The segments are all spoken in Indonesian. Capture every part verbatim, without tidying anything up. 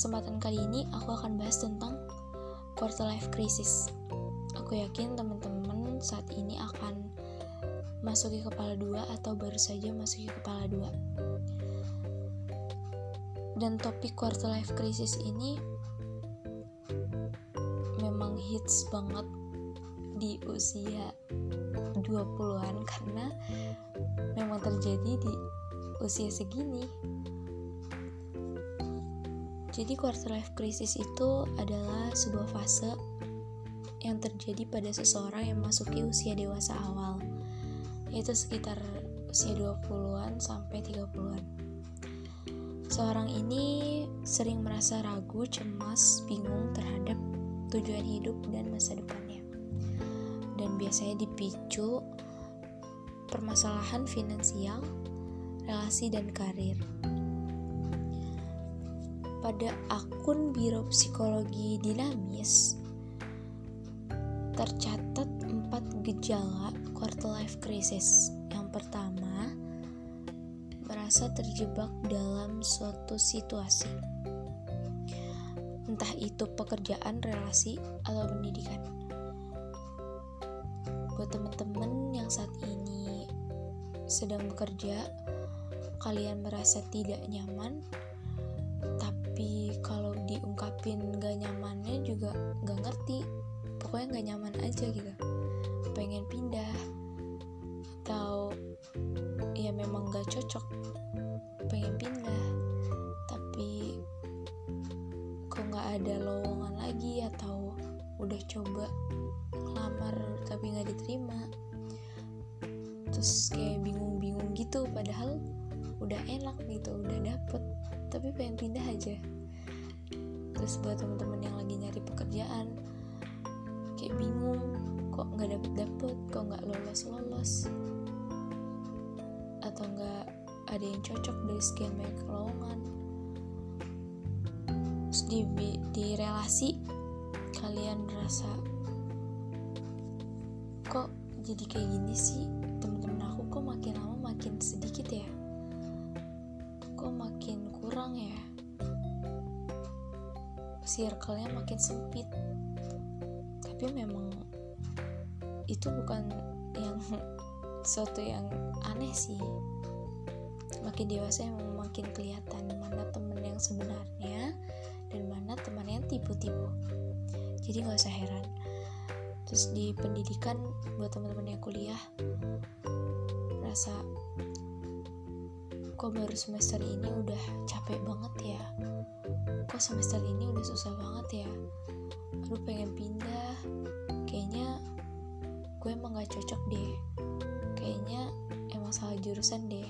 kesempatan kali ini aku akan bahas tentang quarter life crisis. Aku yakin teman-teman saat ini akan masuki kepala dua atau baru saja masuki kepala dua. Dan topik quarter life crisis ini memang hits banget di usia dua puluhan karena memang terjadi di usia segini. Jadi quarter life crisis itu adalah sebuah fase yang terjadi pada seseorang yang memasuki usia dewasa awal, yaitu sekitar usia dua puluhan sampai tiga puluhan. Seorang ini sering merasa ragu, cemas, bingung terhadap tujuan hidup dan masa depannya. Dan biasanya dipicu permasalahan finansial, relasi, dan karir. Pada akun Biro Psikologi Dinamis tercatat empat gejala quarter life crisis. Yang pertama, merasa terjebak dalam suatu situasi, entah itu pekerjaan, relasi, atau pendidikan. Buat teman-teman yang saat ini sedang bekerja, kalian merasa tidak nyaman, tapi kalau diungkapin gak nyamannya juga gak ngerti, pokoknya gak nyaman aja gitu, pengen pindah, atau ya memang gak cocok, pengen pindah, tapi kok gak ada lowongan lagi, atau udah coba ngelamar tapi gak diterima, terus kayak bingung-bingung gitu, padahal udah enak gitu, udah dapet, tapi pengen pindah aja. Terus buat teman-teman yang lagi nyari pekerjaan, kayak bingung, kok nggak dapet-dapet, kok nggak lolos-lolos, atau nggak ada yang cocok dari sekian banyak lowongan. Terus di, di relasi kalian merasa, kok jadi kayak gini sih, teman-teman aku kok makin lama makin sedikit ya, kok makin kurang ya, circle-nya makin sempit. Tapi memang itu bukan yang sesuatu yang aneh sih. Makin dewasa memang makin kelihatan mana teman yang sebenarnya dan mana teman yang tipu-tipu. Jadi gak usah heran. Terus di pendidikan, buat teman-teman yang kuliah, rasa kok baru semester ini udah capek banget ya, kok semester ini udah susah banget ya, aduh pengen pindah, kayaknya gue emang gak cocok deh, kayaknya emang salah jurusan deh.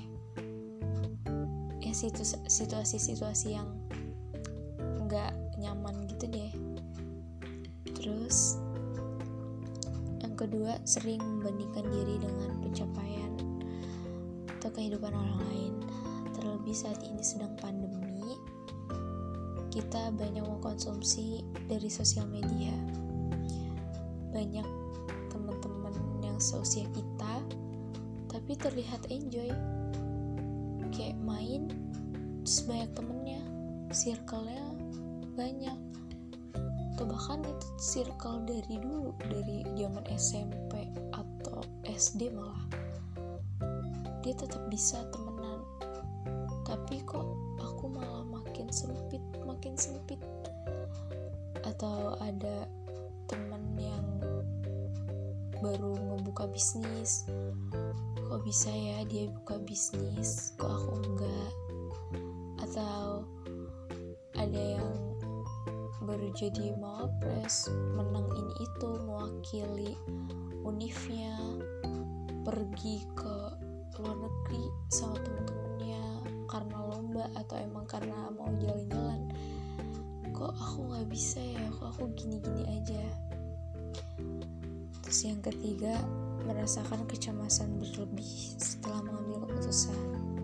Ya situ- situasi-situasi yang gak nyaman gitu deh. Terus yang kedua, sering membandingkan diri dengan pencapaian atau kehidupan orang lain. Terlebih saat ini sedang pandemi, kita banyak mengkonsumsi dari sosial media. Banyak teman-teman yang seusia kita tapi terlihat enjoy, kayak main terus banyak temennya, circle-nya banyak, atau bahkan itu circle dari dulu, dari zaman S M P atau S D malah dia tetap bisa temenan, tapi kok aku malah makin sempit, makin sempit. Atau ada teman yang baru ngebuka bisnis, kok bisa ya dia buka bisnis, kok aku enggak. Atau ada yang baru jadi mawapres, menang ini itu, mewakili univnya, pergi ke luar negeri sama temen-temennya karena lomba atau emang karena mau jalan-jalan. Kok aku gak bisa ya, kok aku gini-gini aja. Terus yang ketiga, merasakan kecemasan berlebih setelah mengambil keputusan.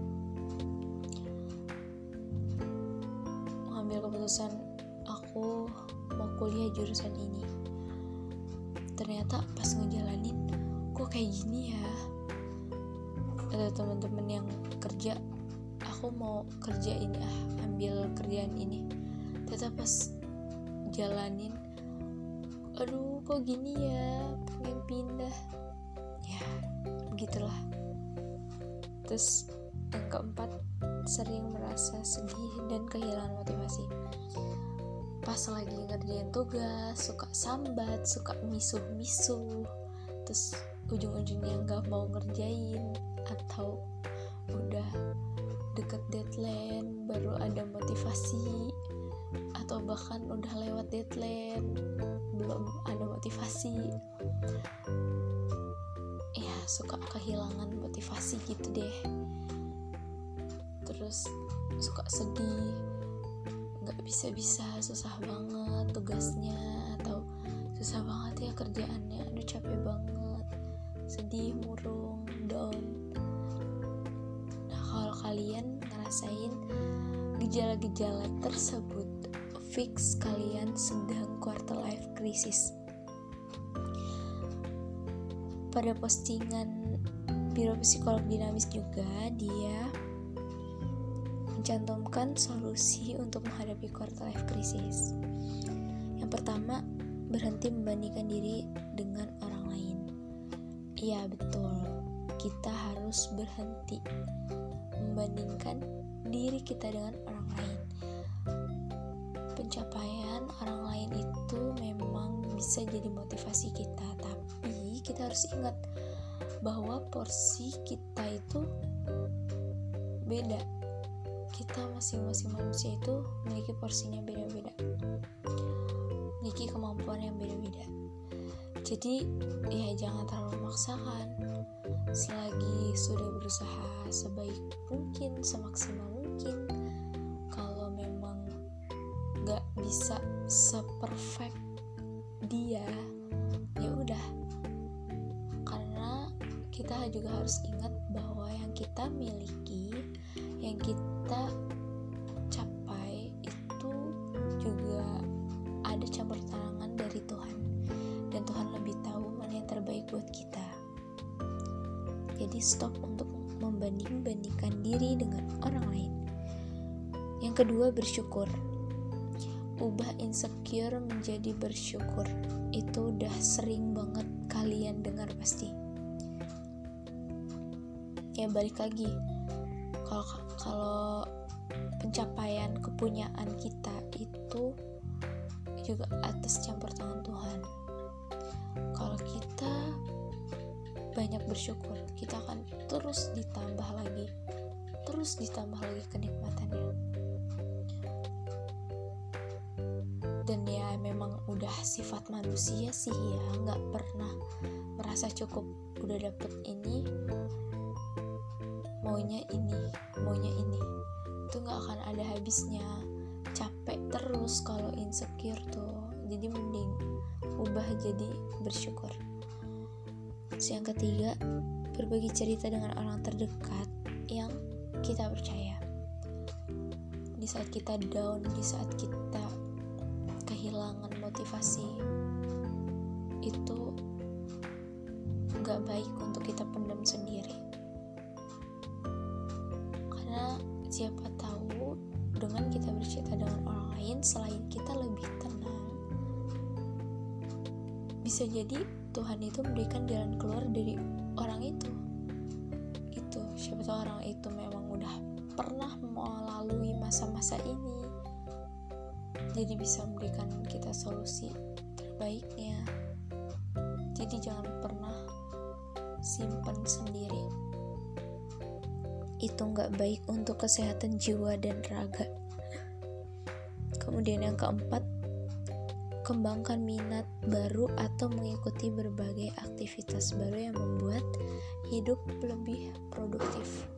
Mengambil keputusan, aku mau kuliah jurusan ini, ternyata pas ngejalanin kok kayak gini ya. Ada teman-teman yang kerja, aku mau kerja ini ah, ambil kerjaan ini, Tetap pas jalanin, aduh kok gini ya, pengen pindah, ya begitulah. Terus yang keempat, sering merasa sedih dan kehilangan motivasi. Pas lagi ngerjain tugas, suka sambat, suka misuh-misuh, terus ujung-ujungnya gak mau ngerjain, atau udah deket deadline baru ada motivasi, atau bahkan udah lewat deadline belum ada motivasi. Ya suka kehilangan motivasi gitu deh. Terus suka sedih, gak bisa-bisa, susah banget tugasnya, atau susah banget ya kerjaannya, aduh capek banget, sedih, murung, down. Nah kalau kalian ngerasain gejala-gejala tersebut, fix kalian sedang quarter life crisis. Pada postingan Biro Psikolog Dinamis juga dia mencantumkan solusi untuk menghadapi quarter life crisis. Yang pertama, berhenti membandingkan diri dengan orang lain. Iya betul, kita harus berhenti membandingkan diri kita dengan orang lain. Pencapaian orang lain itu memang bisa jadi motivasi kita, tapi kita harus ingat bahwa porsi kita itu beda. Kita masing-masing manusia itu memiliki porsinya beda-beda, memiliki kemampuan yang beda-beda. Jadi ya jangan terlalu memaksakan. Selagi sudah berusaha sebaik mungkin, semaksimal mungkin, kalau memang gak bisa seperfect dia, ya udah. Karena kita juga harus ingat bahwa yang kita miliki, yang kita capai itu juga ada campur tangan dari Tuhan, dan Tuhan lebih tahu mana yang terbaik buat kita. Jadi stop untuk membanding-bandingkan diri dengan orang lain. Yang kedua, bersyukur. Ubah insecure menjadi bersyukur. Itu udah sering banget kalian dengar pasti. Ya balik lagi, kalau kalau pencapaian kepunyaan kita itu juga atas campur tangan Tuhan. Kalau kita banyak bersyukur, kita akan terus ditambah lagi, terus ditambah lagi kenikmatannya. Dan ya memang udah sifat manusia sih ya, nggak pernah merasa cukup. Udah dapet ini, maunya ini, maunya ini, itu nggak akan ada habisnya. Capek terus kalau insecure tuh. Jadi mending ubah jadi bersyukur. Terus yang ketiga, berbagi cerita dengan orang terdekat yang kita percaya. Di saat kita down, di saat kita kehilangan motivasi, itu gak baik untuk kita pendam sendiri. Karena siapa tahu dengan kita bercerita dengan orang lain, selain kita lebih tenang, bisa jadi Tuhan itu memberikan jalan keluar dari orang itu gitu. Siapa tahu orang itu memang udah pernah melalui masa-masa ini, jadi bisa memberikan kita solusi terbaiknya. Jadi jangan pernah simpan sendiri, itu gak baik untuk kesehatan jiwa dan raga. Kemudian yang keempat, kembangkan minat baru atau mengikuti berbagai aktivitas baru yang membuat hidup lebih produktif.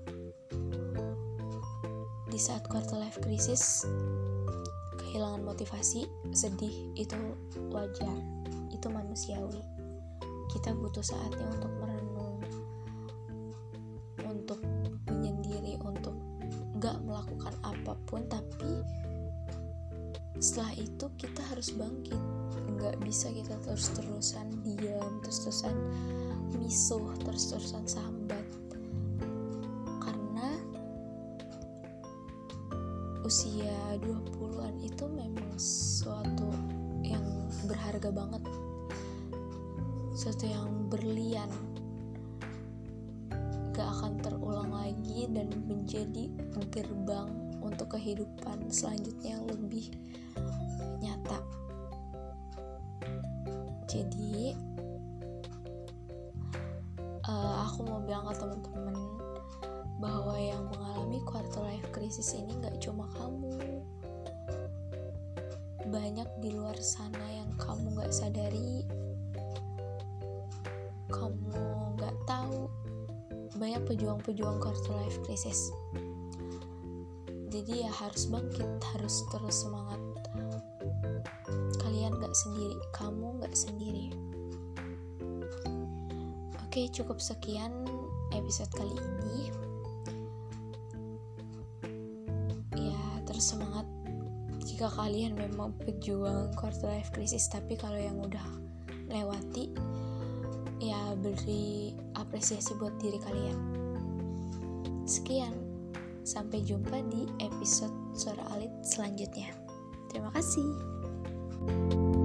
Di saat quarter life crisis, kehilangan motivasi, sedih, itu wajar, itu manusiawi. Kita butuh saatnya untuk merenung, untuk menyendiri, untuk gak melakukan apapun, tapi setelah itu kita harus bangkit. Gak bisa kita terus-terusan diam, terus-terusan misuh, terus-terusan sambat. Karena usia dua puluhan itu memang suatu yang berharga banget, suatu yang berlian, gak akan terulang lagi dan menjadi gerbang untuk kehidupan selanjutnya yang lebih nyata. Jadi uh, aku mau bilang ke teman-teman bahwa yang mengalami quarter life crisis ini gak cuma kamu, banyak di luar sana yang kamu gak sadari, kamu gak tahu, banyak pejuang-pejuang quarter life crisis. Jadi ya harus bangkit, harus terus semangat. Kalian gak sendiri, kamu gak sendiri. Oke, cukup sekian episode kali ini. Ya, terus semangat jika kalian memang pejuang quarter life crisis. Tapi kalau yang udah lewati, ya beri apresiasi buat diri kalian. Sekian, sampai jumpa di episode Suara Alit selanjutnya. Terima kasih.